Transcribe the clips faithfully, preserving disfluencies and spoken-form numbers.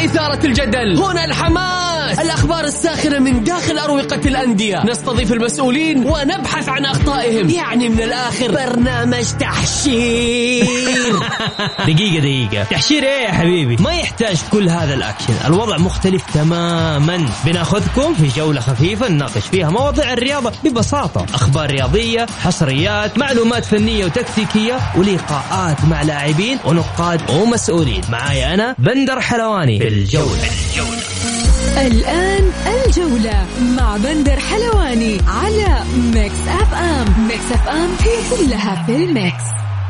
وإثارة الجدل. هنا الحماس، الأخبار الساخنة من داخل أروقة الأندية، نستضيف المسؤولين ونبحث عن أخطائهم. يعني من الآخر برنامج تحشير. دقيقة دقيقة، تحشير إيه يا حبيبي؟ ما يحتاج كل هذا الأكشن، الوضع مختلف تماما. بناخذكم في جولة خفيفة نناقش فيها مواضيع الرياضة ببساطة، أخبار رياضية، حصريات، معلومات فنية وتكتيكية، ولقاءات مع لاعبين ونقاد ومسؤولين. معايا أنا بندر حلواني في الجولة. الآن الجولة مع بندر حلواني على ميكس أف أم. ميكس أف أم هي كلها في الميكس.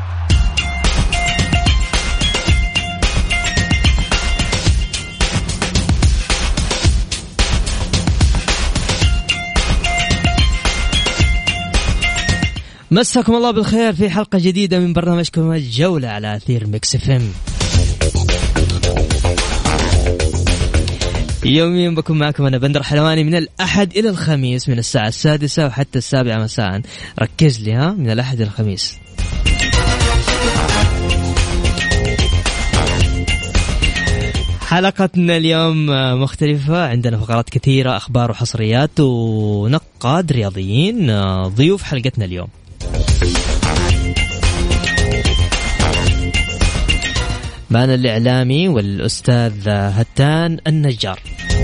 مساكم الله بالخير في حلقة جديدة من برنامجكم الجولة على أثير ميكس اف ام. يوميا بكون معكم أنا بندر حلواني من الأحد إلى الخميس من الساعة السادسة وحتى السابعة مساء. ركز لي ها، من الأحد إلى الخميس. حلقتنا اليوم مختلفة، عندنا فقرات كثيرة، أخبار وحصريات ونقاد رياضيين. ضيوف حلقتنا اليوم معنا الإعلامي والأستاذ هتان النجار،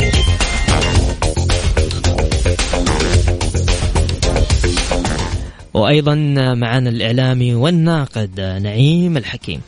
وأيضا معنا الإعلامي والناقد نعيم الحكيم.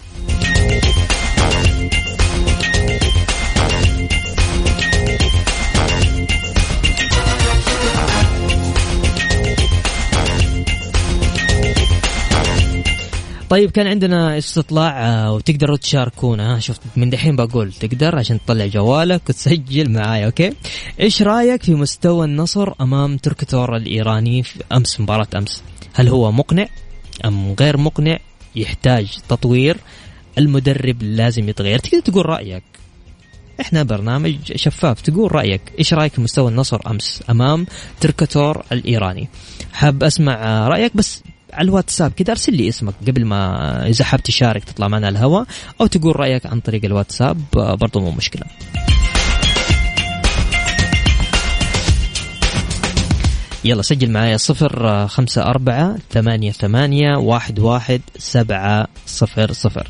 طيب كان عندنا استطلاع وتقدروا تشاركونا. شفت من دحين بقول تقدر عشان تطلع جوالك وتسجل معايا. اوكي، ايش رايك في مستوى النصر امام تركتور الايراني في امس، مباراة امس؟ هل هو مقنع ام غير مقنع؟ يحتاج تطوير؟ المدرب لازم يتغير؟ تقدر تقول رايك، احنا برنامج شفاف، تقول رايك. ايش رايك في مستوى النصر امس امام تركتور الايراني؟ حاب اسمع رايك، بس على الواتساب كده ارسل لي اسمك قبل ما، إذا حاب تشارك تطلع معنا على الهواء أو تقول رأيك عن طريق الواتساب برضو مو مشكلة. يلا سجل معايا صفر خمسة أربعة ثمانية ثمانية واحد واحد سبعة صفر صفر.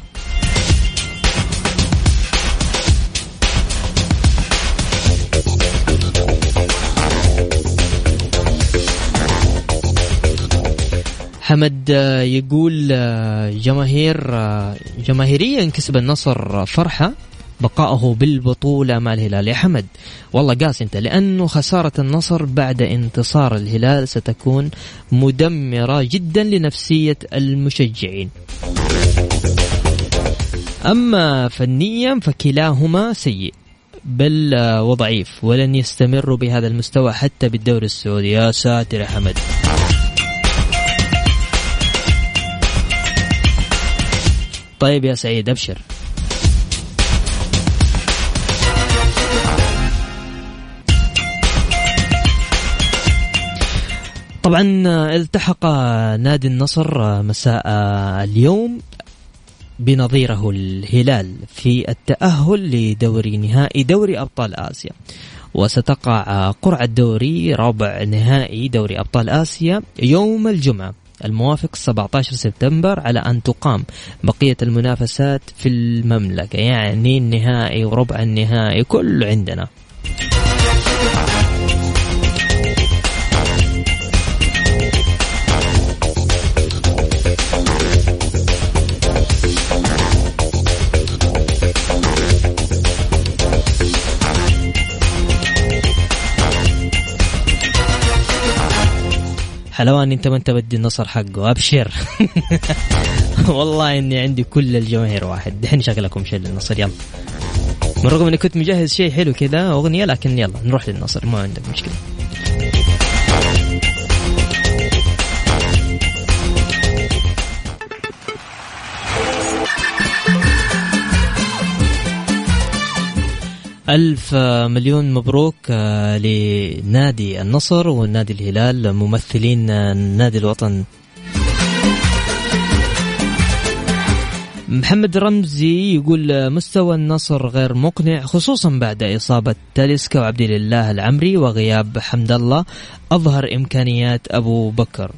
حمد يقول جماهير جماهيريا كسب النصر فرحة، بقائه بالبطولة مع الهلال. يا حمد والله قاس انت، لأنه خسارة النصر بعد انتصار الهلال ستكون مدمرة جدا لنفسية المشجعين. أما فنيا فكلاهما سيء بل وضعيف، ولن يستمروا بهذا المستوى حتى بالدوري السعودي. يا ساتر يا حمد. طيب يا سعيد أبشر. طبعا التحق نادي النصر مساء اليوم بنظيره الهلال في التأهل لدوري نهائي دوري أبطال آسيا، وستقع قرعة دوري ربع نهائي دوري أبطال آسيا يوم الجمعة الموافق سبعة عشر سبتمبر، على أن تقام بقية المنافسات في المملكة، يعني النهائي وربع النهائي كله عندنا. حلوان انت ما انت بدي النصر حقه، ابشر. والله اني عندي كل الجماهير واحد. دحين شغلكم شيء للنصر. يلا، من رغم اني كنت مجهز شيء حلو كذا اغنية، لكن يلا نروح للنصر، ما عندك مشكلة. ألف مليون مبروك لنادي النصر ونادي الهلال، ممثلين نادي الوطن محمد رمزي يقول مستوى النصر غير مقنع خصوصا بعد إصابة تاليسكا وعبد الله العمري وغياب حمد الله أظهر إمكانيات أبو بكر.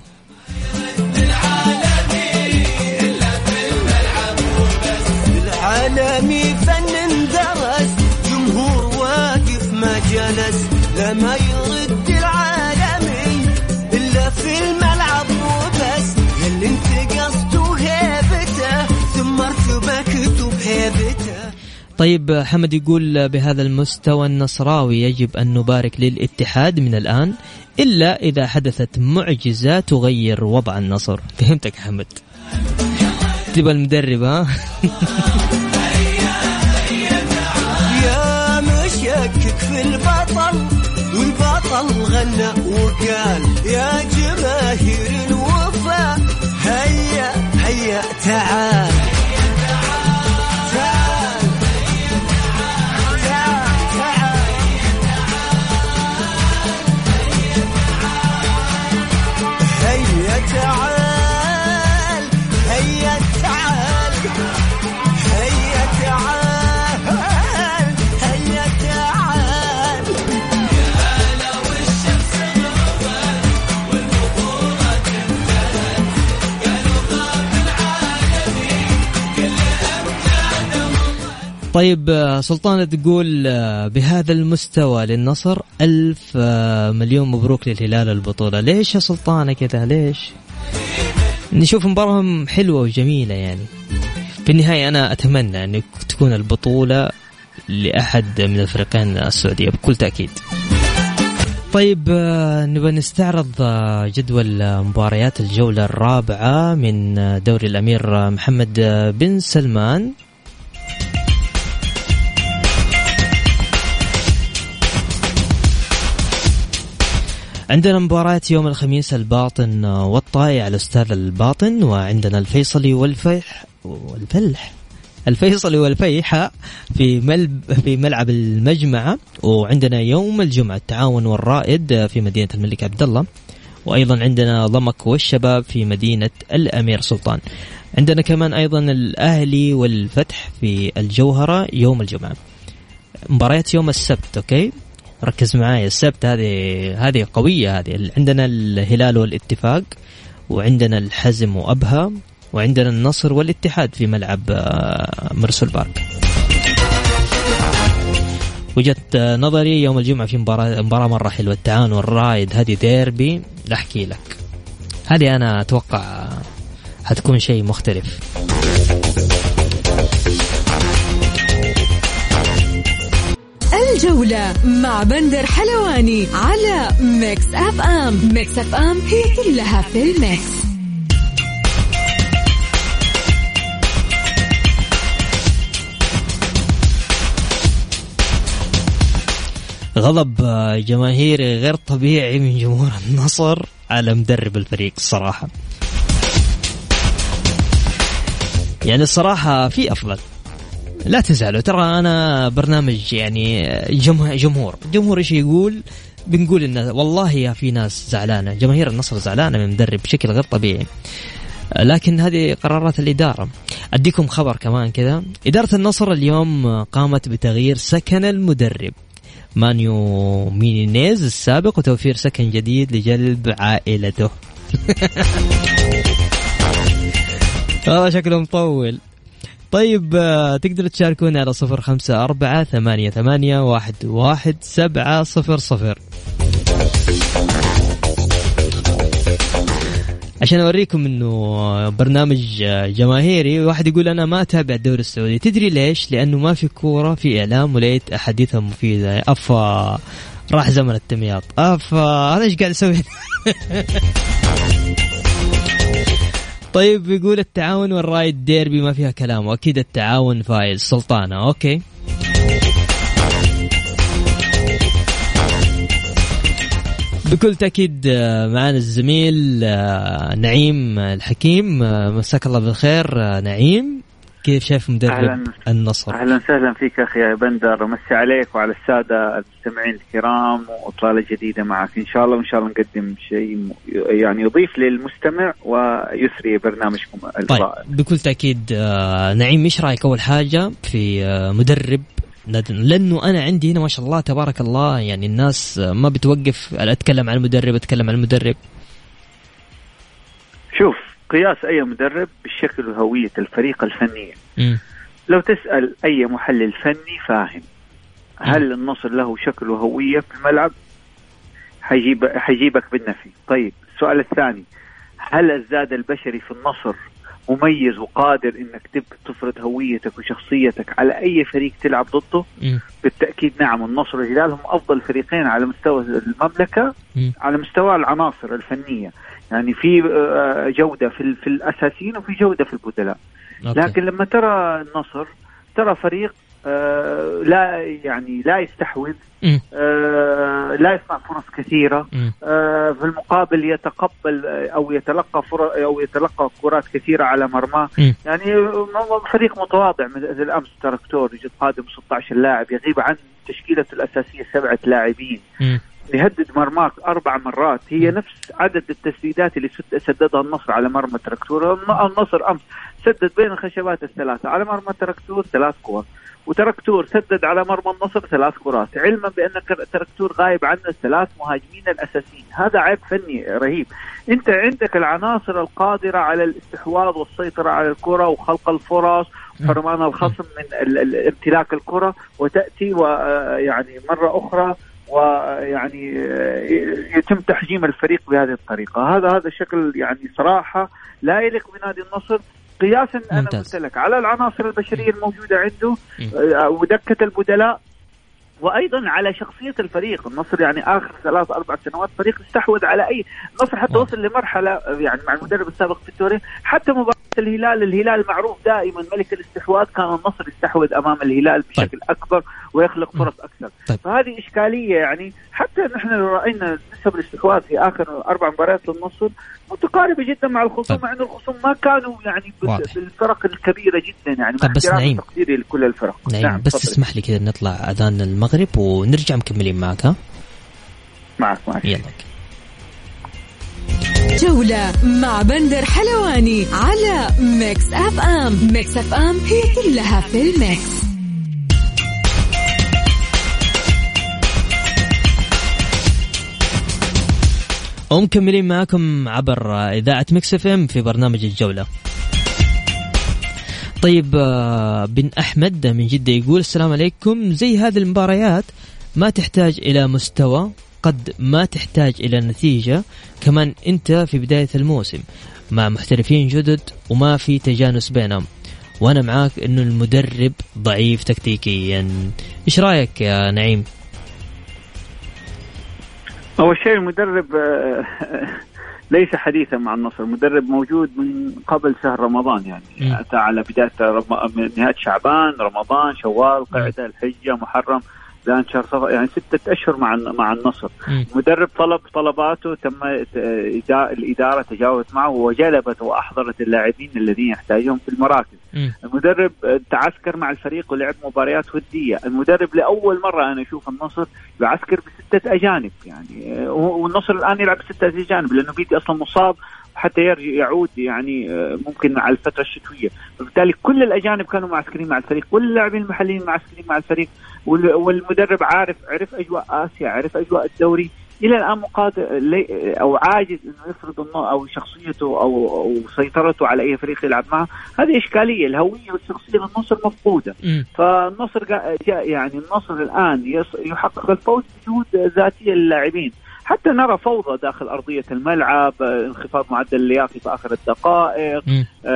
العالمي فن درس جمهور واقف ما جلس لما يرد العالمي إلا في الملعب وبس اللي انت قصته هيبته ثم ارتبكته بهيبته. طيب حمد يقول بهذا المستوى النصراوي يجب أن نبارك للاتحاد من الآن إلا إذا حدثت معجزة تغير وضع النصر. فهمتك حمد، تبقى المدرب ها. يا مشكك في البطل والبطل غنى وقال يا جماهير الوفا هيا هيا تعال تعال تعال هيا تعال هيا تعال هيا تعال هيا تعال. لو الشمس غربت والبطولة انتهت قالوا غاب العالمي كل أمجاده. طيب سلطانة تقول بهذا المستوى للنصر ألف مليون مبروك للهلال البطولة. ليش يا سلطانة كذا؟ ليش؟ نشوف مباراة حلوة وجميلة يعني. في النهاية أنا أتمنى أن تكون البطولة لأحد من الفريقين السعودية بكل تأكيد. طيب نبغى نستعرض جدول مباريات الجولة الرابعة من دوري الأمير محمد بن سلمان. عندنا مباريات يوم الخميس الباطن والطائي على أستاذ الباطن، وعندنا الفيصلي والفيح والفلح الفيصلي والفيحة في ملب في ملعب المجمعة، وعندنا يوم الجمعة التعاون والرائد في مدينة الملك عبد الله، وأيضا عندنا ضمك والشباب في مدينة الأمير سلطان. عندنا كمان أيضا الأهلي والفتح في الجوهرة يوم الجمعة. مباريات يوم السبت أوكي ركز معايا، السبت هذه هذه قوية. هذه عندنا الهلال والاتفاق، وعندنا الحزم وأبها، وعندنا النصر والاتحاد في ملعب مرسول بارك. وجدت نظري يوم الجمعة في مباراة مباراة مرة حلوة، التعاون والرائد، هذه ديربي لا أحكي لك، هذه أنا أتوقع هتكون شيء مختلف. الجولة مع بندر حلواني على ميكس أف أم. ميكس أف أم هي كلها في الميكس. غضب جماهيري غير طبيعي من جمهور النصر على مدرب الفريق الصراحة. يعني الصراحة في أفضل، لا تزعلوا، ترى أنا برنامج يعني جمهور جمهور إيش يقول بنقول إن والله يا في ناس زعلانة، جماهير النصر زعلانة من مدرب بشكل غير طبيعي، لكن هذه قرارات الإدارة. أديكم خبر كمان كذا، إدارة النصر اليوم قامت بتغيير سكن المدرب مانيو مينيز السابق وتوفير سكن جديد لجلب عائلته. هذا شكله مطول. طيب تقدر تشاركونا على صفر خمسة أربعة ثمانية ثمانية واحد واحد سبعة صفر صفر عشان أوريكم إنه برنامج جماهيري. واحد يقول أنا ما أتابع الدوري السعودي، تدري ليش؟ لأنه ما في كورة، في إعلام وليت أحاديثها مفيدة. أفا راح زمن التمياط، أفا هذا إيش قاعد أسوي؟ طيب يقول التعاون والرايد ديربي ما فيها كلام، وأكيد التعاون فايز. سلطانة أوكي. بكل تأكيد معنا الزميل نعيم الحكيم، مساك الله بالخير نعيم. كيف شايف مدرب أهلاً. النصر؟ أهلا وسهلا فيك أخي يا بندر، مسي عليك وعلى السادة المستمعين الكرام، وإطلالة جديدة معك إن شاء الله، وإن شاء الله نقدم شيء يعني يضيف للمستمع ويسري برنامجكم الرائع. طيب بكل تأكيد. آه نعيم، إيش رأيك أول حاجة في آه مدرب؟ لأنه أنا عندي هنا ما شاء الله تبارك الله يعني الناس ما بتوقف أتكلم عن المدرب أتكلم عن المدرب. شوف، قياس أي مدرب بالشكل وهوية الفريق الفنية. م. لو تسأل أي محلل فني فاهم هل م. النصر له شكل وهوية في الملعب، حيجيب حيجيبك بالنفي. طيب السؤال الثاني، هل الزاد البشري في النصر مميز وقادر انك تفرض هويتك وشخصيتك على اي فريق تلعب ضده؟ م. بالتأكيد نعم. النصر والهلال هم افضل فريقين على مستوى المملكة م. على مستوى العناصر الفنية، يعني في جودة في في الأساسيين وفي جودة في البدلاء. لكن لما ترى النصر ترى فريق آه لا يعني لا يستحوذ، آه لا يصنع فرص كثيرة، آه في المقابل يتقبل أو يتلقى فرص أو يتلقى كرات كثيرة على مرماه. يعني فريق متواضع مثل أمس تراكتور يجي قادم ستة عشر لاعب، يغيب عن تشكيلته الأساسية سبعة لاعبين، يهدد مرماك أربع مرات، هي نفس عدد التسديدات اللي سددها النصر على مرمى تراكتور. النصر أمس سدد بين الخشبات الثلاثة على مرمى تراكتور ثلاث كور، وتراكتور سدد على مرمى النصر ثلاث كرات، علما بأن تراكتور غايب عنه الثلاث مهاجمين الأساسيين. هذا عيب فني رهيب. أنت عندك العناصر القادرة على الاستحواذ والسيطرة على الكرة وخلق الفرص وحرمان الخصم من امتلاك الكرة، وتأتي ويعني مرة أخرى ويعني يتم تحجيم الفريق بهذه الطريقة. هذا هذا شكل يعني صراحة لا يليق بنادي النصر، قياسا أنا قلت لك على العناصر البشرية الموجودة عنده ودكة البدلاء، وأيضا على شخصية الفريق. النصر يعني آخر ثلاث أربع سنوات فريق استحوذ على أي النصر، حتى وصل لمرحلة يعني مع المدرب السابق في التوري، حتى مباراة الهلال الهلال معروف دائما ملك الاستحواذ، كان النصر يستحوذ أمام الهلال بشكل طيب. أكبر ويخلق فرص أكثر. طيب. فهذه إشكالية يعني. حتى نحن رأينا نسب الاستحواذ في آخر أربع مباريات للنصر متقاربة جدا مع الخصوم، طيب. مع أن الخصوم ما كانوا يعني بالفرق الكبيرة جدا يعني. طيب بس نعيم، تقديري لكل الفرق. نعيم. نعم بس اسمح لي كذا نطلع أذان المغرب ونرجع مكملين معك. ها معك معك يلا. جولة مع بندر حلواني على ميكس أف أم. ميكس أف أم هي كلها في الميكس. ومكملين معكم عبر إذاعة ميكس أف أم في برنامج الجولة. طيب بن أحمد من جدة يقول السلام عليكم، زي هذه المباريات ما تحتاج إلى مستوى، قد ما تحتاج إلى نتيجة، كمان أنت في بداية الموسم مع محترفين جدد وما في تجانس بينهم، وأنا معاك إنه المدرب ضعيف تكتيكيا. إيش رأيك يا نعيم؟ أول شيء المدرب ليس حديثا مع النصر، المدرب موجود من قبل شهر رمضان، يعني أتى على بداية نهاية شعبان، رمضان، شوال، قعدة، الحجة، محرم، لأن شهر صفر، يعني ستة أشهر مع مع النصر. المدرب طلب طلباته، تم الإدارة تجاوبت معه وجلبت وأحضرت اللاعبين الذين يحتاجهم في المراكز. م. المدرب تعسكر مع الفريق ولعب مباريات ودية. المدرب لأول مرة أنا أشوف النصر يعسكر بستة أجانب، يعني والنصر الآن يلعب بستة أجانب لأنه بيتي أصلا مصاب حتى يرجع يعود يعني ممكن مع الفترة الشتوية. فبالتالي كل الأجانب كانوا معسكرين مع الفريق، كل اللاعبين المحليين معسكرين مع الفريق، والمدرب عارف عرف أجواء آسيا، عرف أجواء الدوري. إلى الآن مقادر أو عاجز إنه يفرض أو شخصيته أو أو سيطرته على أي فريق يلعب معه. هذه إشكالية، الهوية والشخصية للنصر مفقودة. فالنصر يعني النصر الآن يحقق الفوز بجهود ذاتية للاعبين. حتى نرى فوضى داخل أرضية الملعب، انخفاض معدل اللياقي في آخر الدقائق،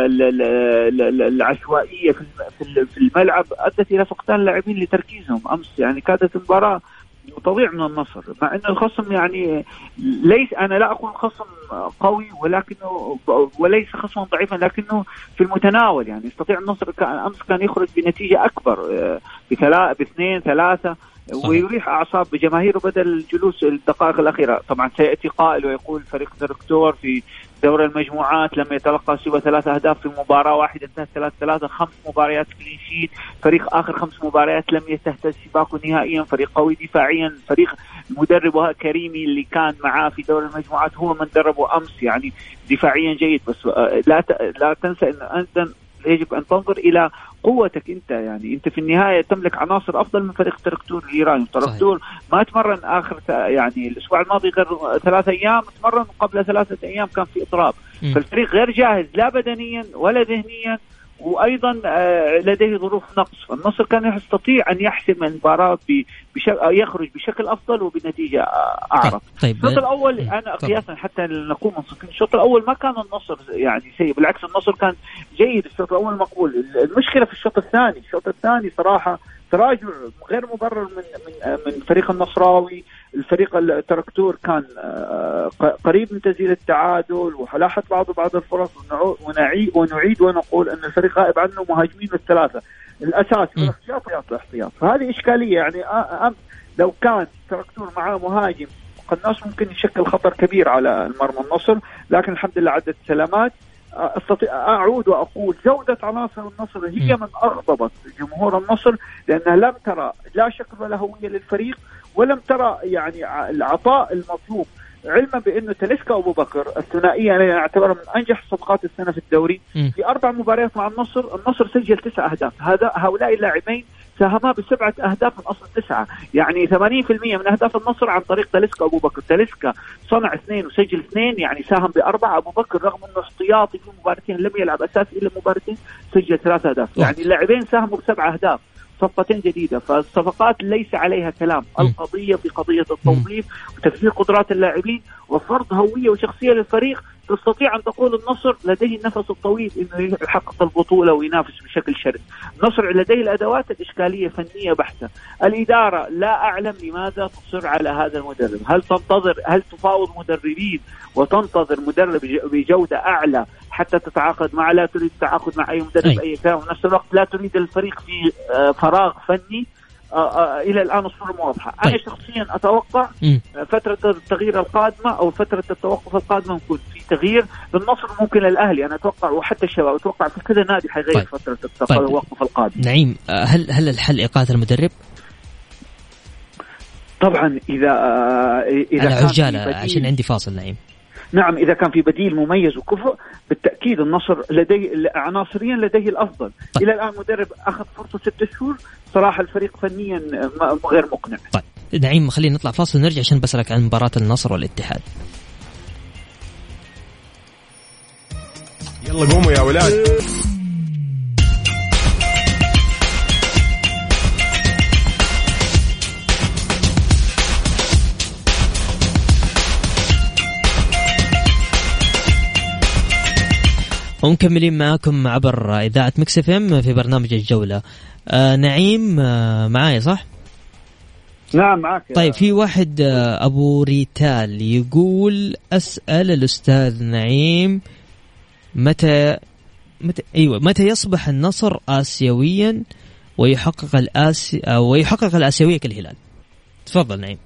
العشوائية في الملعب أدت إلى فقدان اللاعبين لتركيزهم. أمس يعني كادت المباراة تضيع من النصر، مع أن الخصم يعني ليس، أنا لا أقول خصم قوي ولكنه وليس خصما ضعيفا، لكنه في المتناول. يعني يستطيع النصر كان أمس كان يخرج بنتيجة أكبر بثلاثة باثنين ثلاثة ويريح أعصاب بجماهيره بدل الجلوس الدقائق الأخيرة. طبعا سيأتي قائل ويقول فريق تراكتور في دور المجموعات لم يتلقى سوى ثلاث أهداف في مباراة واحدة، انتهت ثلاثة ثلاثة. خمس مباريات كلين شيت، فريق آخر خمس مباريات لم يتهتز سباقه نهائيا، فريق قوي دفاعيا، فريق مدربه كريمي اللي كان معاه في دور المجموعات هو من دربه أمس، يعني دفاعيا جيد. بس لا لا تنسى أن أنت يجب أن تنظر إلى قوتك أنت، يعني أنت في النهاية تملك عناصر أفضل من فريق تركتور الإيراني. تركتور ما تمرن آخر يعني الأسبوع الماضي غير ثلاثة أيام، تمرن قبل ثلاثة أيام كان في إضراب، فالفريق غير جاهز لا بدنيا ولا ذهنيا، وأيضا لديه ظروف نقص. النصر كان يستطيع أن يحسم المباراة يخرج بشكل أفضل وبنتيجة أعرف. طيب. الشوط الأول أنا قياسا حتى نكون منصفين، الشوط الأول ما كان النصر يعني سيء، بالعكس النصر كان جيد، الشوط الأول مقبول. المشكلة في الشوط الثاني، الشوط الثاني صراحة تراجع غير مبرر من من من فريق النصراوي. الفريق التركتور كان قريب من تسجيل التعادل ولاحت بعض بعض الفرص، ونعيد ونعيد ونقول أن الفريق غائب عنه مهاجمين الثلاثة الأساس والاحتياط والاحتياط، فهذه إشكالية. يعني لو كان تركتور معاه مهاجم قناص ممكن يشكل خطر كبير على المرمى النصر، لكن الحمد لله عدت سلامات. استطيع اعود واقول جوده عناصر النصر هي من اغضبت جمهور النصر، لانها لم ترى لا شكل ولا هويه للفريق، ولم ترى يعني العطاء المطلوب، علما بانه تلسكا وابو بكر الثنائيه انا اعتبرها من انجح صفقات السنه في الدوري. في اربع مباريات مع النصر النصر سجل تسع اهداف، هذا هؤلاء اللاعبين ساهما بسبعة أهداف من أصل تسعة، يعني ثمانين بالمئة من أهداف النصر عن طريق تلسكا أبو بكر. تلسكا صنع اثنين وسجل اثنين، يعني ساهم بأربعة. أبو بكر رغم أنه احتياطي في مباراتين لم يلعب أساسي إلا مباراتين سجل ثلاثة أهداف، يعني اللاعبين ساهموا بسبعة أهداف، صفقتين جديدة. فالصفقات ليس عليها كلام، القضية في قضية التوظيف وتفسير قدرات اللاعبين وفرض هوية وشخصية للفريق. تستطيع أن تقول النصر لديه النفس الطويل إنه يحقق البطولة وينافس بشكل شرس. النصر لديه الأدوات، الإشكالية فنية بحتة. الإدارة لا أعلم لماذا تصر على هذا المدرب، هل تنتظر هل تفاوض مدربين وتنتظر مدرب بجودة أعلى حتى تتعاقد معه؟ لا تريد التعاقد مع أي مدرب أي كلام، ونفس الوقت لا تريد الفريق في فراغ فني. آه آه إلى الآن الصورة واضحة. طيب. أنا شخصيا أتوقع م. فترة التغيير القادمة أو فترة التوقف القادمة يكون في تغيير للنصر، ممكن للأهلي أنا أتوقع، وحتى الشباب أتوقع في كذا نادي حيغير. طيب. فترة التوقف طيب. القادم. نعيم، هل هل الحل إقالة المدرب؟ طبعا إذا آه إذا على عجالة عشان عندي فاصل. نعيم، نعم إذا كان في بديل مميز وكفء بالتأكيد النصر لديه عناصريا لديه الأفضل. طيب. إلى الآن مدرب أخذ فرصة ستة شهور، صراحة الفريق فنيا غير مقنع. طيب نعيم، خلينا نطلع فاصل ونرجع عشان بسألك عن مباراة النصر والاتحاد. يلا قوموا يا ولاد. ومكملين معاكم عبر إذاعة ميكس اف ام في برنامج الجولة. آه نعيم آه معايا صح؟ نعم معك. طيب في واحد آه أبو ريتال يقول أسأل الأستاذ نعيم متى متى أيوة متى يصبح النصر آسيويا ويحقق الآسي أو ويحقق الآسيوية كالهلال؟ تفضل نعيم.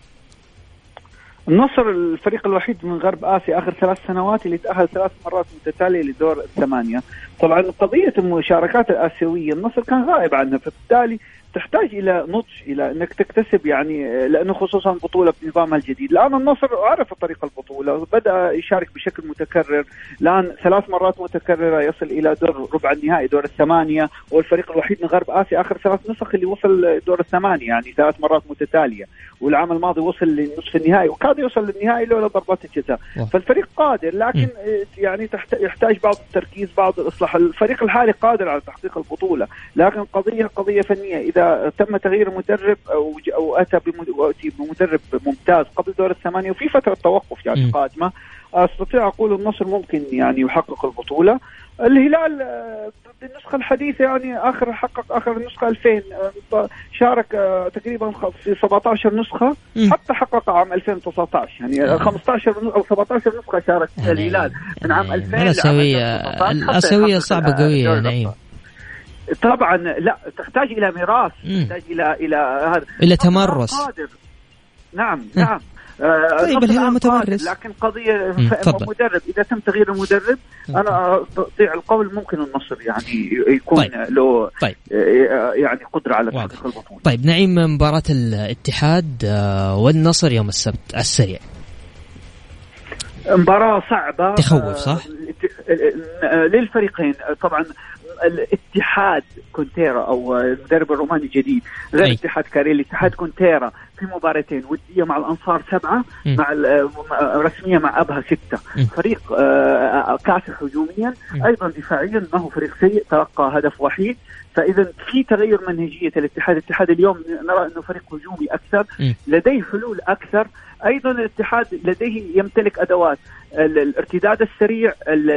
النصر الفريق الوحيد من غرب آسيا آخر ثلاث سنوات اللي تأهل ثلاث مرات متتالية لدور الثمانية. طبعا قضية المشاركات الآسيوية النصر كان غائب عنها، فبالتالي تحتاج إلى نضج، إلى أنك تكتسب، يعني لأنه خصوصا بطولة بنظامها الجديد. الآن النصر عرف طريق البطولة، بدأ يشارك بشكل متكرر، الآن ثلاث مرات متكررة يصل إلى دور ربع النهائي دور الثمانية، والفريق الوحيد من غرب آسيا آخر ثلاث نسخ اللي وصل دور الثمانية، يعني ثلاث مرات متتالية. والعام الماضي وصل لنصف النهائي وكاد يوصل للنهائي لولا ضربات الجزاء. فالفريق قادر، لكن يعني تحتاج بعض التركيز، بعض الإصلاح. الفريق الحالي قادر على تحقيق البطولة، لكن قضية قضية فنية. إذا تم تغيير مدرب أو أو أتى بمدرب ممتاز قبل دور الثمانية وفي فترة توقف يعني قادمة، أستطيع أقول النصر ممكن يعني يحقق البطولة. الهلال بالنسخة الحديثة يعني آخر حقق آخر النسخة ألفين، شارك تقريبا في سبعة عشر نسخة، حتى حقق عام ألفين وتسعة عشر، يعني خمسة عشر أو سبعة عشر نسخة شارك الهلال من عام ألفين. الآسيوية الآسيوية صعبة قوية نعيم. طبعا لا، تحتاج إلى ميراث، تحتاج إلى إلى هذا إلى تمرس. قادر. نعم نعم طيب الهلال متمرس، لكن قضية مدرب، إذا تم تغيير المدرب أنا أطيع القول ممكن النصر يعني يكون طيب. له طيب. يعني قدرة على تحقيق البطولة. طيب نعيم، مباراة الاتحاد والنصر يوم السبت السريع. مباراة صعبة تخوف صح؟ للفريقين طبعا. الاتحاد كونتيرا او المدرب الروماني الجديد غير أي. اتحاد كاريلي، اتحاد كونتيرا في مباراتين ودية مع الأنصار سبعة م. مع رسمية مع أبها ستة. م. فريق كاسح هجوميا م. أيضا دفاعيا، ما هو فريق سيء، تلقى هدف وحيد. فإذا في تغير منهجية الاتحاد. الاتحاد اليوم نرى أنه فريق هجومي أكثر، م. لديه حلول أكثر. أيضا الاتحاد لديه يمتلك أدوات الارتداد السريع،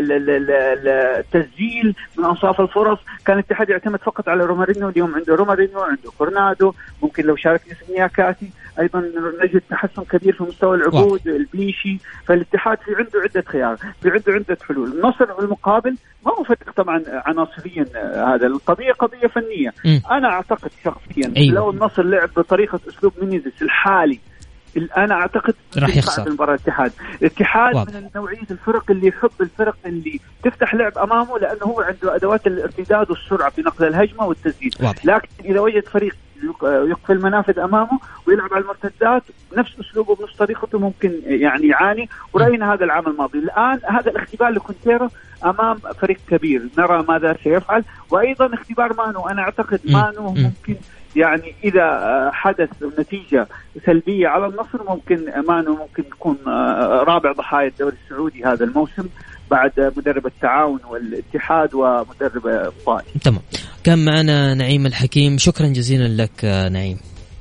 التسجيل من أنصاف الفرص. كان الاتحاد يعتمد فقط على رومارينو، اليوم عنده رومارينو، عنده كورنادو، ممكن لو شارك اسم نياكاتي. أيضا نجد تحسن كبير في مستوى العبود واو. البيشي. فالاتحاد في عنده عدة خيار، في عنده عدة حلول. النصر بالمقابل ما هو فريق طبعا عناصريا، هذا القضية قضية فنية. م. أنا أعتقد شخصيا أيوة. لو النصر لعب بطريقة أسلوب مينيزيس الحالي أنا أعتقد راح يخسر المباراة. الاتحاد الاتحاد من نوعية الفرق اللي يحب الفرق اللي تفتح لعب أمامه، لأنه هو عنده أدوات الارتداد والسرعة في نقل الهجمة والتسديد. لكن إذا وجد فريق يقفل المنافذ أمامه ويلعب على المرتدات بنفس أسلوبه بنفس طريقته ممكن يعني يعاني. ورأينا هذا العام الماضي. الآن هذا الاختبار لكونتيرا أمام فريق كبير، نرى ماذا سيفعل. وأيضا اختبار مانو، أنا أعتقد مانو ممكن يعني إذا حدث نتيجة سلبية على النصر ممكن مانو ممكن يكون رابع ضحايا الدوري السعودي هذا الموسم بعد مدرب التعاون والاتحاد ومدرب الطائي. تمام. كان معنا نعيم الحكيم، شكرا جزيلا لك نعيم.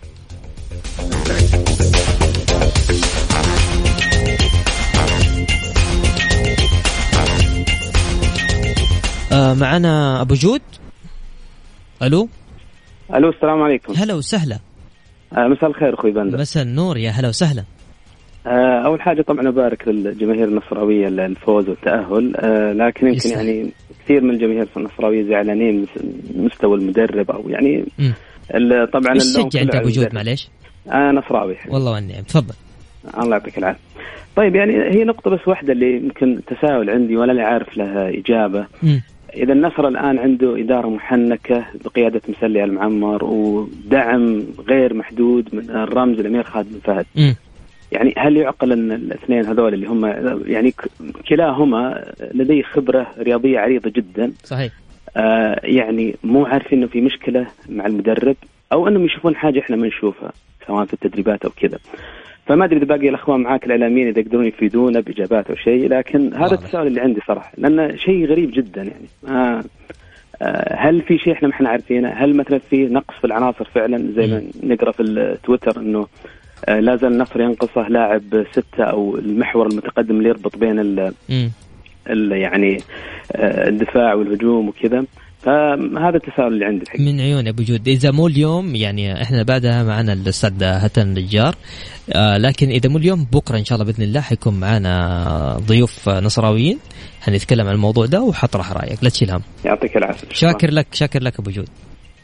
معنا أبو جود. ألو ألو السلام عليكم. هلا وسهلا. آه مساء الخير أخوي بندر. مساء النور، يا هلا وسهلا. آه أول حاجة طبعا أبارك للجماهير النصراوية الفوز والتأهل، آه لكن يمكن يسلم. يعني كثير من الجماهير النصراوية زعلانين مستوى المدرب أو يعني طبعا إيش تشجع أنت أبو جود معليش؟ أنا آه نصراوي. والله والنعم، تفضل. الله يعطيك العافية. طيب يعني هي نقطة بس واحدة اللي يمكن تساؤل عندي ولا لا عارف لها إجابة. م. إذا النصر الآن عنده إدارة محنكة بقيادة مسلي المعمر ودعم غير محدود من الرمز الأمير خالد بن فهد، م. يعني هل يعقل أن الاثنين هذول اللي هم يعني كلاهما لديه خبرة رياضية عريضة جدا صحيح، آه يعني مو عارفين إنه في مشكلة مع المدرب أو أنهم يشوفون حاجة إحنا ما نشوفها سواء في التدريبات أو كذا. فما أدري إذا باقي الأخوان معاك الإعلاميين إذا يقدرون يفيدونا بإجابات أو شيء، لكن هذا التساؤل اللي عندي صراحة لأنه شيء غريب جدا. يعني آه آه هل في شيء إحنا ما إحنا عارفينه؟ هل مثلا في نقص في العناصر فعلا زي ما نقرأ في التويتر إنه آه لا زال النصر ينقصه لاعب ستة أو المحور المتقدم اللي يربط بين ال ال يعني آه الدفاع والهجوم وكذا. فهذا التساؤل اللي عندي من عيون أبو جود. إذا مو اليوم يعني إحنا بعدها معنا الأستاذ هتن النجار، آه لكن إذا مو اليوم بكرة إن شاء الله بإذن الله حيكون معنا ضيوف نصراويين هنتكلم عن الموضوع ده وحطرح رأيك، لا تشيل هم. يعطيك العافية. شاكر لك شاكر لك أبو جود.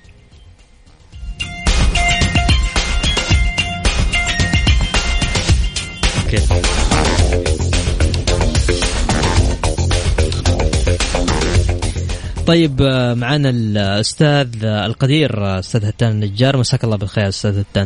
أوكي. طيب معنا الأستاذ القدير أستاذ هتان النجار، مساك الله بالخير أستاذ هتان.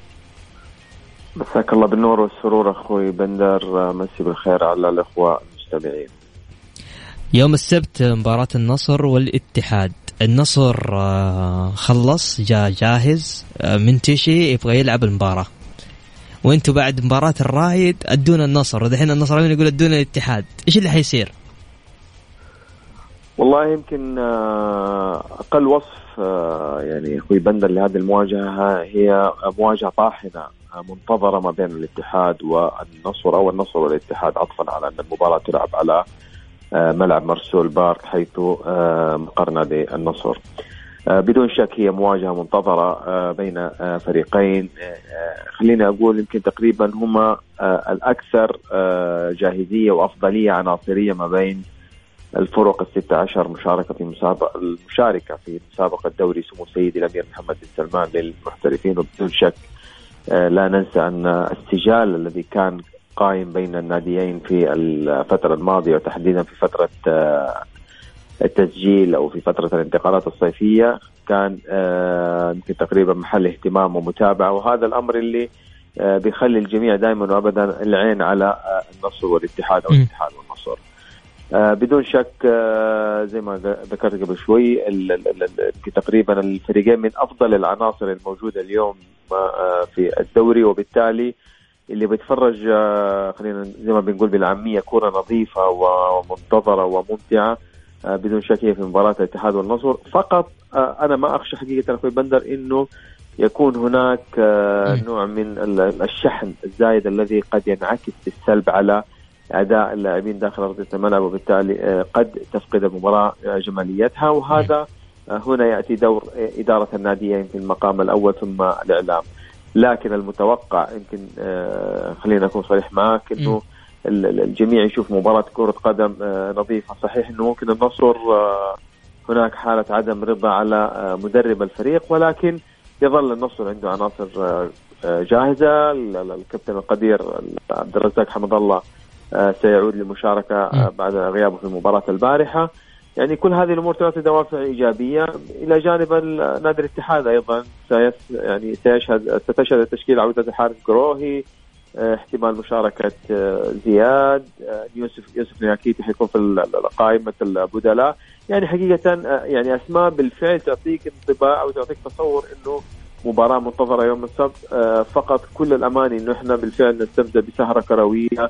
مساك الله بالنور والسرور أخوي بندر، مسي بالخير على الأخوة المستمعين. يوم السبت مباراة النصر والاتحاد. النصر خلص جاء جاهز منتشي يبغى يلعب المباراة، وانتوا بعد مباراة الرايد ادونا النصر، ودحين النصراويين يقول ادونا الاتحاد. ايش اللي حيصير؟ والله يمكن أقل وصف يعني أخوي بندر لهذه المواجهة هي مواجهة طاحنة منتظرة ما بين الاتحاد والنصر أو النصر والاتحاد، عطفا على أن المباراة تلعب على ملعب مرسول بارك حيث مقر نادي النصر. بدون شك هي مواجهة منتظرة بين فريقين خليني أقول يمكن تقريبا هما الأكثر جاهزية وأفضلية عناصرية ما بين الفرق الستة عشر مشاركة في مسابقة المشاركة في مسابقة دوري سمو سيدي الأمير محمد بن سلمان للمحترفين. وبدون شك لا ننسى أن السجال الذي كان قائم بين الناديين في الفترة الماضية وتحديدا في فترة التسجيل أو في فترة الانتقالات الصيفية كان يمكن تقريبا محل اهتمام ومتابعة، وهذا الأمر اللي بيخلي الجميع دائما وأبدا العين على النصر والاتحاد أو الاتحاد والنصر. بدون شك زي ما ذكرت قبل شوي تقريبا الفريقين من أفضل العناصر الموجودة اليوم في الدوري، وبالتالي اللي بيتفرج خلينا زي ما بنقول بالعامية كرة نظيفة ومنتظرة وممتعة بدون شك هي في مباراة الاتحاد والنصر. فقط أنا ما أخشى حقيقة أخوي بندر إنه يكون هناك نوع من الشحن الزايد الذي قد ينعكس بالسلب على أداء اللاعبين داخل أرضية الملعب، وبالتالي قد تفقد المباراة جماليتها، وهذا هنا يأتي دور إدارة الناديين في المقام الأول ثم الإعلام. لكن المتوقع يمكن خلينا أكون صريح معك إنه الجميع يشوف مباراة كرة قدم نظيفة. صحيح إنه ممكن النصر هناك حالة عدم رضا على مدرب الفريق، ولكن يظل النصر عنده عناصر جاهزة. الكابتن القدير عبد الرزاق حمد الله سيعود للمشاركة بعد غيابه في المباراة البارحة. يعني كل هذه الأمور تعطي دوافع إيجابية، إلى جانب نادي الاتحاد أيضا سيس يعني سيشهد ستشهد التشكيل عودة الحارس قروهي، احتمال مشاركة زياد، يوسف يوسف نياكيتي حيكون في قائمة البدلاء. يعني حقيقة يعني أسماء بالفعل تعطيك انطباع أو تعطيك تصور إنه مباراة منتظرة يوم السبت. فقط كل الأماني إنه إحنا بالفعل نستمتع بسهرة كروية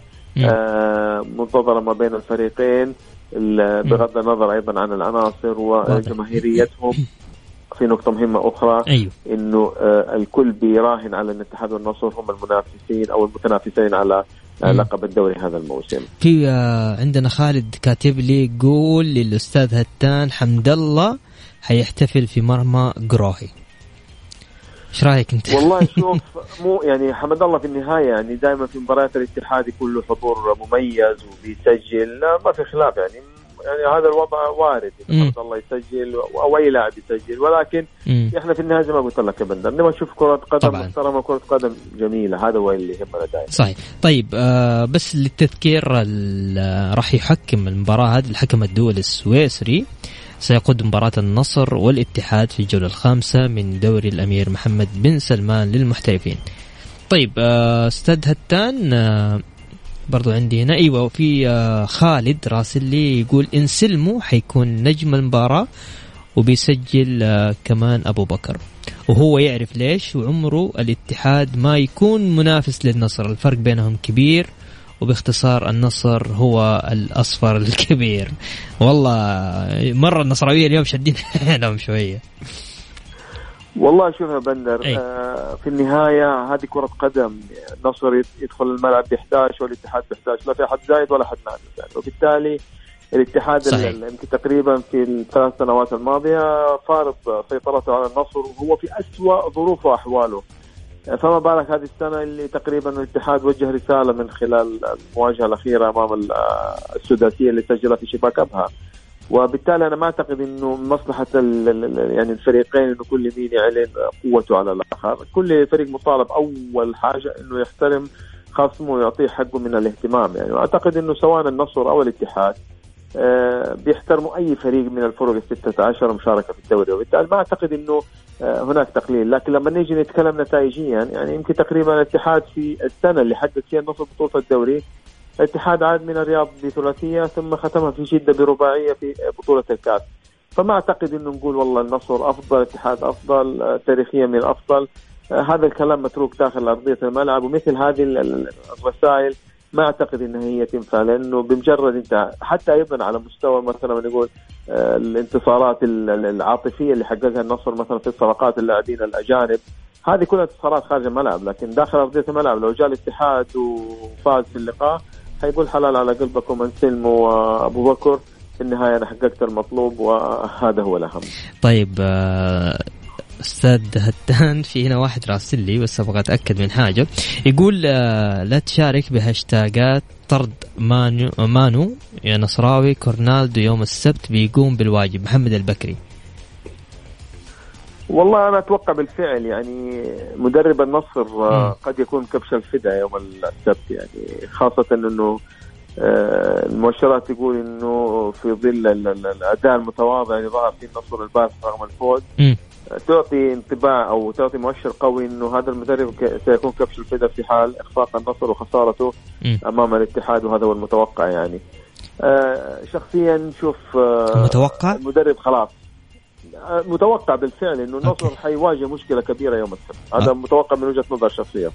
منتظرة ما بين الفريقين، بغض النظر أيضا عن العناصر وجماهيريتهم. في نقطة مهمة أخرى، أيوه. إنه الكل بيراهن على الاتحاد والنصر هم المنافسين أو المتنافسين على لقب الدوري هذا الموسم. في عندنا خالد كاتب لي يقول للأستاذ هتان حمد الله حيحتفل في مرمى قروهي. ايش رايك انت؟ والله شوف مو يعني حمد الله في النهايه يعني دائما في مباريات الاتحاد يكون له حضور مميز وبيسجل، ما في خلاف يعني يعني هذا الوضع وارد حمد الله يسجل او اي لاعب يسجل، ولكن مم. احنا في النهايه زي ما قلت لك يا بندر نبغى نشوف كره قدم محترمه، كره قدم جميله، هذا هو اللي يهمنا دائما. صحيح. طيب آه بس للتذكير راح يحكم المباراه هذه الحكم الدولي السويسري، سيقود مباراة النصر والاتحاد في الجولة الخامسة من دوري الأمير محمد بن سلمان للمحترفين. طيب استاذ هتان برضو عندي هنا ايوه في خالد راسل لي يقول إن سلموا حيكون نجم المباراة وبيسجل كمان أبو بكر، وهو يعرف ليش، وعمره الاتحاد ما يكون منافس للنصر، الفرق بينهم كبير، وباختصار النصر هو الأصفر الكبير. والله مرة النصراوية اليوم شدين لهم شوية. والله شوف يا بندر آه في النهاية هذه كرة قدم، النصر يدخل الملعب بإحداش والاتحاد بإحداش، لا في حد زايد ولا حد ناقص يعني. وبالتالي الاتحاد يمكن تقريبا في الثلاث سنوات الماضية فارض سيطرته على النصر وهو في أسوأ ظروف وأحواله، فما بالك هذه السنة اللي تقريبا الاتحاد وجه رسالة من خلال المواجهة الأخيرة أمام السداسية اللي سجلها في شباك أبها. وبالتالي أنا ما أعتقد إنه مصلحة يعني الفريقين إنه كل مين يعلن قوته على الآخر، كل فريق مطالب أول حاجة إنه يحترم خصمه ويعطيه حقه من الاهتمام يعني. وأعتقد إنه سواء النصر أو الاتحاد آه بيحترموا أي فريق من الفرق الستة عشر مشاركة في الدوري، وبالتالي ما أعتقد إنه آه هناك تقليل. لكن لما نيجي نتكلم نتائجيا يعني يمكن تقريبا الاتحاد في السنة اللي حقق فيها النصر بطولة الدوري، الاتحاد عاد من الرياض بثلاثية ثم ختمها في جدة برباعية في بطولة الكاس، فما أعتقد إنه نقول والله النصر أفضل الاتحاد أفضل آه تاريخيا من أفضل. آه هذا الكلام متروك داخل أرضية الملعب، ومثل هذه الرسائل ما أعتقد إنها هي تنفع، لأنه بمجرد أنت حتى أيضا على مستوى مثلا نقول آه الانتصارات العاطفية اللي حققها النصر مثلا في صفقات اللاعبين الأجانب، هذه كلها انتصارات خارج الملعب، لكن داخل أرضية الملعب لو جاء الاتحاد وفاز في اللقاء هيقول حلال على قلبكم أنسلم وأبو بكر، في النهاية أنا حققت المطلوب وهذا هو الأهم. طيب أستاذ هتان في هنا واحد راسل لي بس أبغى أتأكد من حاجة، يقول لا تشارك بهاشتاجات طرد مانو, مانو يا نصراوي كورنالدو يوم السبت بيقوم بالواجب. محمد البكري. والله أنا أتوقع بالفعل يعني مدرب النصر قد يكون كبش الفدا يوم السبت، يعني خاصة أنه المؤشرات تقول أنه في ظل الأداء المتواضع اللي ظهر فيه النصر البارح رغم الفوز تعطي انطباع أو تعطي مؤشر قوي أنه هذا المدرب سيكون كبش الفدا في حال إخفاق النصر وخسارته م. أمام الاتحاد، وهذا هو المتوقع. يعني شخصيا نشوف متوقع المدرب خلاص متوقع بالفعل انه النصر حيواجه مشكله كبيره يوم السبت، هذا أه. متوقع من وجهه نظر شخصيه.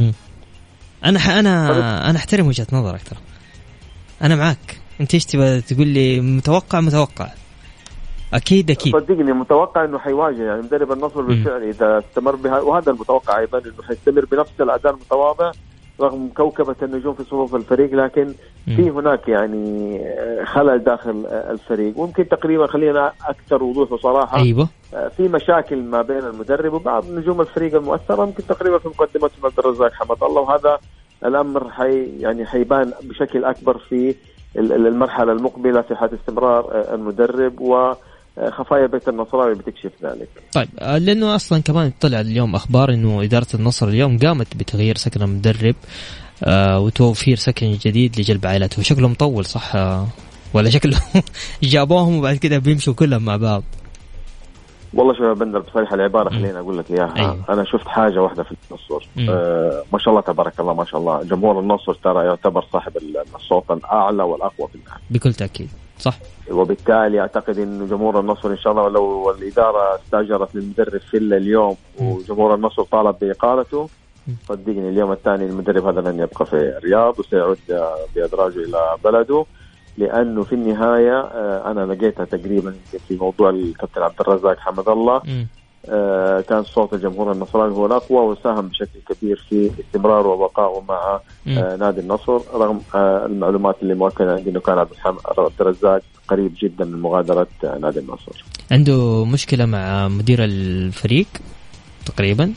انا ح... انا طيب. انا احترم وجهه نظرك، ترى انا معك. انت ايش تبغى تقول لي؟ متوقع متوقع اكيد اكيد صدقني متوقع انه حيواجه يعني مدرب النصر بالفعل اذا استمر بها، وهذا المتوقع ايضا انه حيستمر بنفس الاداء المتواضع رغم كوكبة النجوم في صفوف الفريق، لكن في هناك يعني خلل داخل الفريق، وممكن تقريبا خلينا أكثر وضوح وصراحة أيوة. في مشاكل ما بين المدرب وبعض نجوم الفريق المؤثرة، ممكن تقريبا في مقدمة عبد الرزاق حمد الله، وهذا الأمر حي يعني حيبان بشكل أكبر في المرحلة المقبلة في حال استمرار المدرب، و خفايا بيت النصراوي بتكشف ذلك. طيب لأنه أصلا كمان طلع اليوم أخبار إنه إدارة النصر اليوم قامت بتغيير سكن المدرب آه وتوفير سكن جديد لجلب عائلته. شكله مطول صح آه ولا شكله جابوهم وبعد كده بيمشوا كلهم مع بعض؟ والله شو بندر بصريح العبارة خلينا أقول لك إياها. أيوة. أنا شفت حاجة واحدة في النصر آه ما شاء الله تبارك الله ما شاء الله، جمهور النصر ترى يعتبر صاحب الصوت الأعلى والأقوى في النهاية بكل تأكيد صح، وبالتالي أعتقد إنه جمهور النصر إن شاء الله لو الإدارة استأجرت للمدرب فيلا اليوم وجمهور النصر طالب بإقالته، صدقني اليوم الثاني المدرب هذا لن يبقى في الرياض وسيعود بأدراجه إلى بلده، لأنه في النهاية أنا لقيتها تقريبا في موضوع الكابتن عبد الرزاق حمد الله آه كان صوت الجمهور النصراني هو الأقوى، وساهم بشكل كبير في استمراره وبقائه مع آه نادي النصر، رغم آه المعلومات اللي مؤكدة عندي أنه كان عبد الرزاق قريب جدا من مغادرة آه نادي النصر. عنده مشكلة مع مدير الفريق تقريبا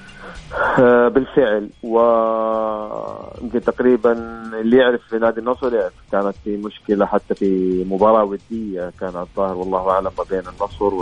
آه بالفعل، ويمكن تقريبا اللي يعرف في نادي النصر يعرف كانت في مشكلة حتى في مباراة ودية كان الظاهر والله أعلم ما بين النصر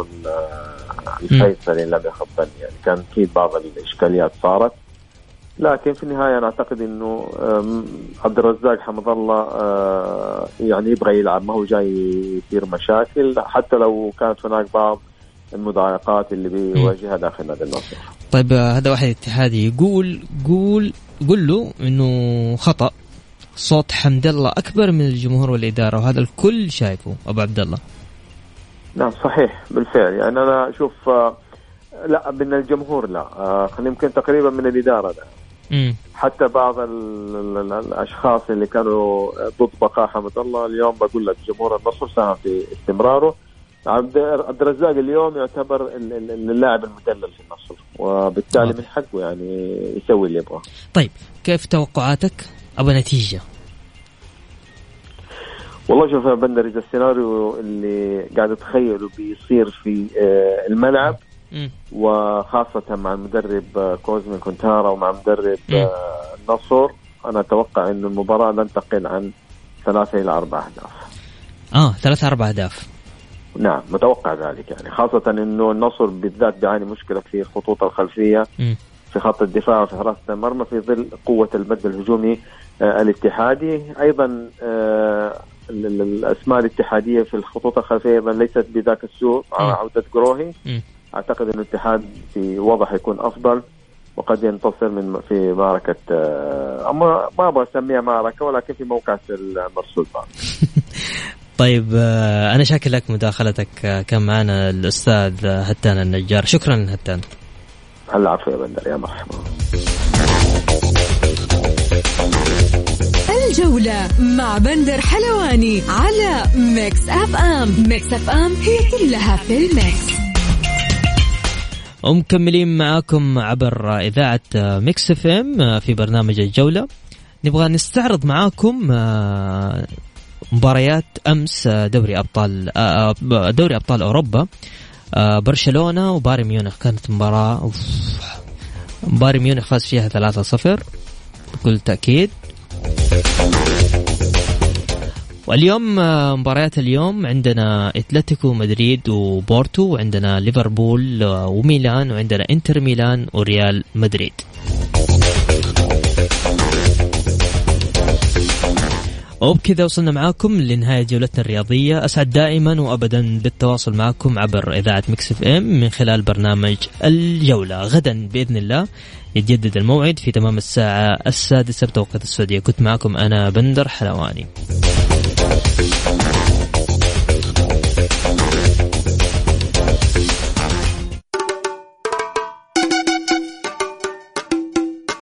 والفيصل إن لم يخبرني، يعني كان في بعض الإشكاليات صارت، لكن في النهاية أنا أعتقد إنه عبد الرزاق حمد الله يعني يبغى يلعب، ما هو جاي يصير مشاكل حتى لو كانت هناك بعض المضايقات اللي بيواجهها داخل نادي النصر. طيب هذا واحد اتحادي يقول قول قل له إنه خطأ، صوت حمد الله أكبر من الجمهور والإدارة، وهذا الكل شايفه أبو عبد الله. نعم صحيح بالفعل، يعني أنا أشوف لا من الجمهور لا خلينا يمكن تقريبا من الإدارة لا. م. حتى بعض ال ال الأشخاص اللي كانوا ضد بقاء حمد الله اليوم بقول لك جمهور النصر ساهم في استمراره. عبد الرزاق اليوم يعتبر اللاعب المدلل في النصر، وبالتالي واضح. من حقه يعني يسوي اللي يبغاه. طيب كيف توقعاتك أبو نتيجة؟ والله شوف يا بندر، إذا السيناريو اللي قاعد أتخيله بيصير في الملعب م. وخاصة مع المدرب كوزمين كونتارا ومع مدرب م. النصر، أنا أتوقع إنه المباراة لن تقل عن ثلاثة إلى أربع أهداف. آه ثلاثة أربع أهداف. نعم متوقع ذلك، يعني خاصة إنه النصر بالذات بيعاني مشكلة في الخطوط الخلفية م. في خط الدفاع وفي حراسة المرمى في ظل قوة المد الهجومي آه الاتحادي. أيضا آه الأسماء الاتحادية في الخطوط الخلفية أيضا ليست بذاك السوء مع عودة قروهي. م. أعتقد إنه الاتحاد في وضع يكون أفضل وقد ينتصر من في معركة آه أما ما أبغى أسميها معركة ولكن في موقع المرسول. طيب أنا شاكر لك مداخلتك، كان معنا الأستاذ هتان النجار. شكرا هتان. العفو يا بندر، يا مرحبا. الجولة مع بندر حلواني على ميكس أف أم. ميكس أف أم هي كلها في الميكس. ومكملين معاكم عبر إذاعة ميكس أف أم في برنامج الجولة. نبغى نستعرض معاكم مباريات أمس دوري أبطال دوري أبطال أوروبا. برشلونة وبايرن ميونخ كانت مباراة بايرن ميونخ فاز فيها ثلاثة صفر بكل تأكيد. واليوم مباريات اليوم عندنا اتلتيكو مدريد وبورتو، وعندنا ليفربول وميلان، وعندنا انتر ميلان وريال مدريد. وبكذا وصلنا معاكم لنهاية جولتنا الرياضية. أسعد دائما وأبدا بالتواصل معكم عبر إذاعة ميكس اف ام من خلال برنامج الجولة. غدا بإذن الله يتجدد الموعد في تمام الساعة السادسة بتوقيت السعودية. كنت معكم أنا بندر حلواني.